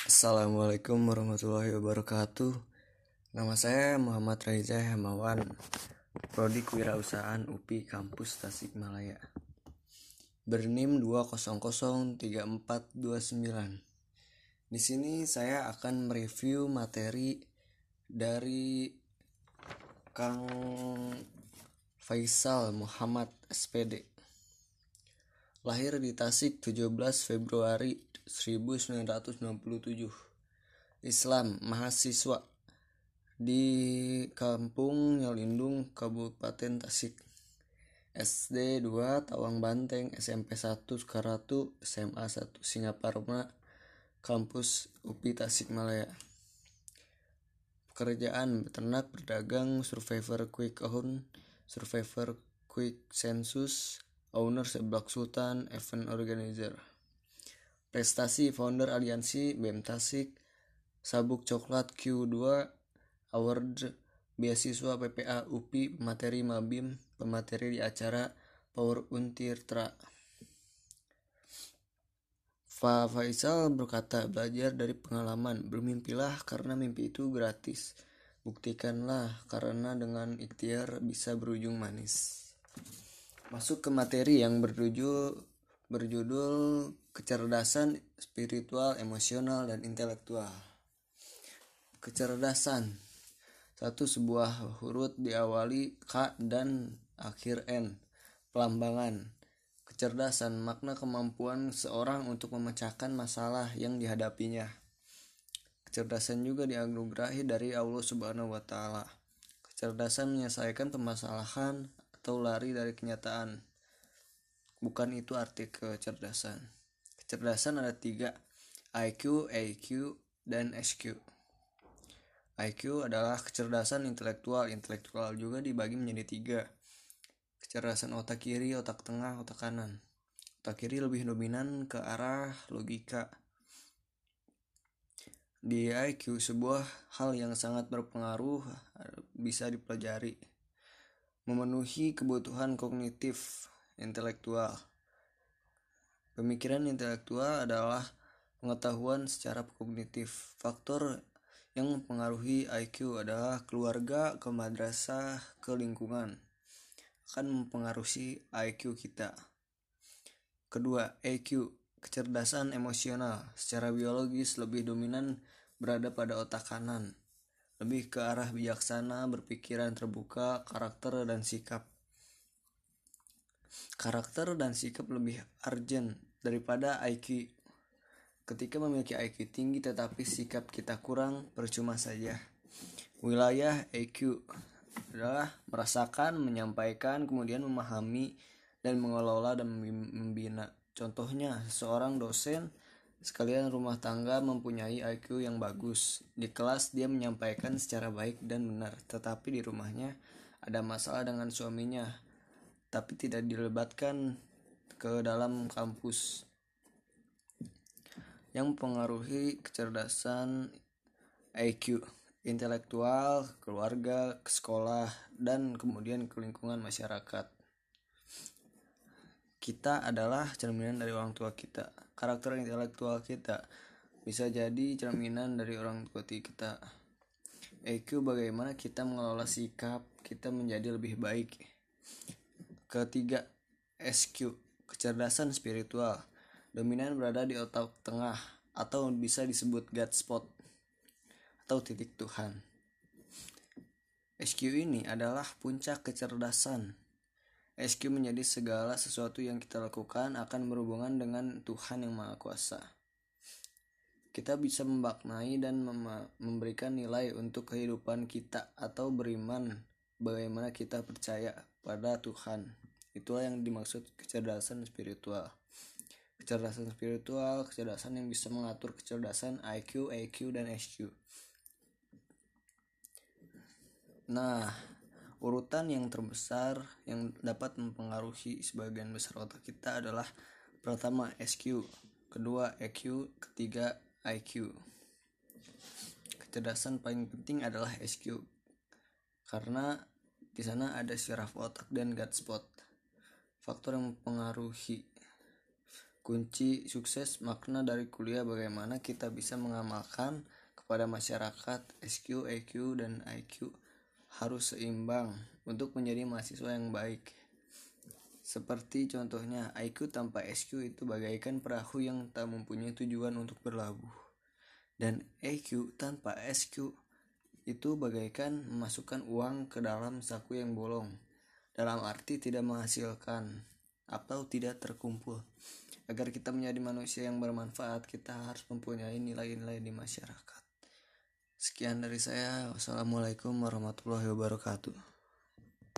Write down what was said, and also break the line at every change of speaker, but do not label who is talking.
Assalamualaikum warahmatullahi wabarakatuh. Nama saya Muhammad Raiza Hemawan, Prodi Kewirausahaan UPI Kampus Tasikmalaya. Bernim 2003429. Di sini saya akan mereview materi dari Kang Faisal Muhammad SPD. Lahir di Tasik 17 Februari 1997. Islam, mahasiswa di Kampung Nyelindung, Kabupaten Tasik. SD 2 Tawang Banteng, SMP 1 Sukaratu, SMA 1 Singaparna, Kampus UPI Tasikmalaya. Pekerjaan beternak, berdagang, survivor quick own, survivor quick census, owner Seblak Sultan, event organizer. Prestasi, founder aliansi BEM Tasik, sabuk coklat Q2 Award, beasiswa PPA UPI, pemateri Mabim, pemateri di acara Power Untirta. Faisal berkata, belajar dari pengalaman, bermimpilah karena mimpi itu gratis, buktikanlah karena dengan ikhtiar bisa berujung manis. Masuk ke materi yang berjudul kecerdasan spiritual, emosional, dan intelektual. Kecerdasan. 1. Sebuah huruf diawali K dan akhir N. Pelambangan. Kecerdasan, makna kemampuan seorang untuk memecahkan masalah yang dihadapinya. Kecerdasan juga dianugerahi dari Allah Subhanahu wa Ta'ala. Kecerdasan menyelesaikan permasalahan atau lari dari kenyataan. Bukan itu arti kecerdasan. Kecerdasan ada 3, IQ, EQ, dan SQ. IQ adalah kecerdasan intelektual. Intelektual juga dibagi menjadi 3. Kecerdasan otak kiri, otak tengah, otak kanan. Otak kiri lebih dominan ke arah logika. Di IQ, sebuah hal yang sangat berpengaruh bisa dipelajari. Memenuhi kebutuhan kognitif intelektual. Pemikiran intelektual adalah pengetahuan secara kognitif. Faktor yang mempengaruhi IQ adalah keluarga, ke madrasah, ke lingkungan. Akan mempengaruhi IQ kita. Kedua, EQ, kecerdasan emosional. Secara biologis lebih dominan berada pada otak kanan. Lebih ke arah bijaksana, berpikiran terbuka, karakter dan sikap. Karakter dan sikap lebih urgent daripada IQ. Ketika memiliki IQ tinggi tetapi sikap kita kurang, percuma saja. Wilayah EQ adalah merasakan, menyampaikan, kemudian memahami dan mengelola dan membina. Contohnya, seorang dosen sekalian rumah tangga mempunyai IQ yang bagus. Di kelas dia menyampaikan secara baik dan benar, tetapi di rumahnya ada masalah dengan suaminya, tapi tidak dilebatkan ke dalam kampus. Yang mempengaruhi kecerdasan IQ, intelektual, keluarga, ke sekolah, dan kemudian ke lingkungan masyarakat. Kita adalah cerminan dari orang tua kita. Karakter intelektual kita bisa jadi cerminan dari orang tua kita. EQ, bagaimana kita mengelola sikap kita menjadi lebih baik. Ketiga, SQ, kecerdasan spiritual. Dominan berada di otak tengah atau bisa disebut God spot atau titik Tuhan. SQ ini adalah puncak kecerdasan. SQ menjadi segala sesuatu yang kita lakukan akan berhubungan dengan Tuhan yang Maha Kuasa. Kita bisa memaknai dan memberikan nilai untuk kehidupan kita atau beriman bagaimana kita percaya pada Tuhan. Itulah yang dimaksud kecerdasan spiritual. Kecerdasan spiritual, kecerdasan yang bisa mengatur kecerdasan IQ, EQ, dan SQ. Nah, urutan yang terbesar yang dapat mempengaruhi sebagian besar otak kita adalah pertama SQ, kedua EQ, ketiga IQ. Kecerdasan paling penting adalah SQ karena di sana ada syaraf otak dan God spot. Faktor yang mempengaruhi Kunci sukses makna dari kuliah bagaimana kita bisa mengamalkan kepada masyarakat. SQ, EQ, dan IQ harus seimbang untuk menjadi mahasiswa yang baik. Seperti contohnya, IQ tanpa SQ itu bagaikan perahu yang tak mempunyai tujuan untuk berlabuh. Dan EQ tanpa SQ itu bagaikan memasukkan uang ke dalam saku yang bolong, dalam arti tidak menghasilkan atau tidak terkumpul. Agar kita menjadi manusia yang bermanfaat, kita harus mempunyai nilai-nilai di masyarakat. Sekian dari saya. Wassalamualaikum warahmatullahi wabarakatuh.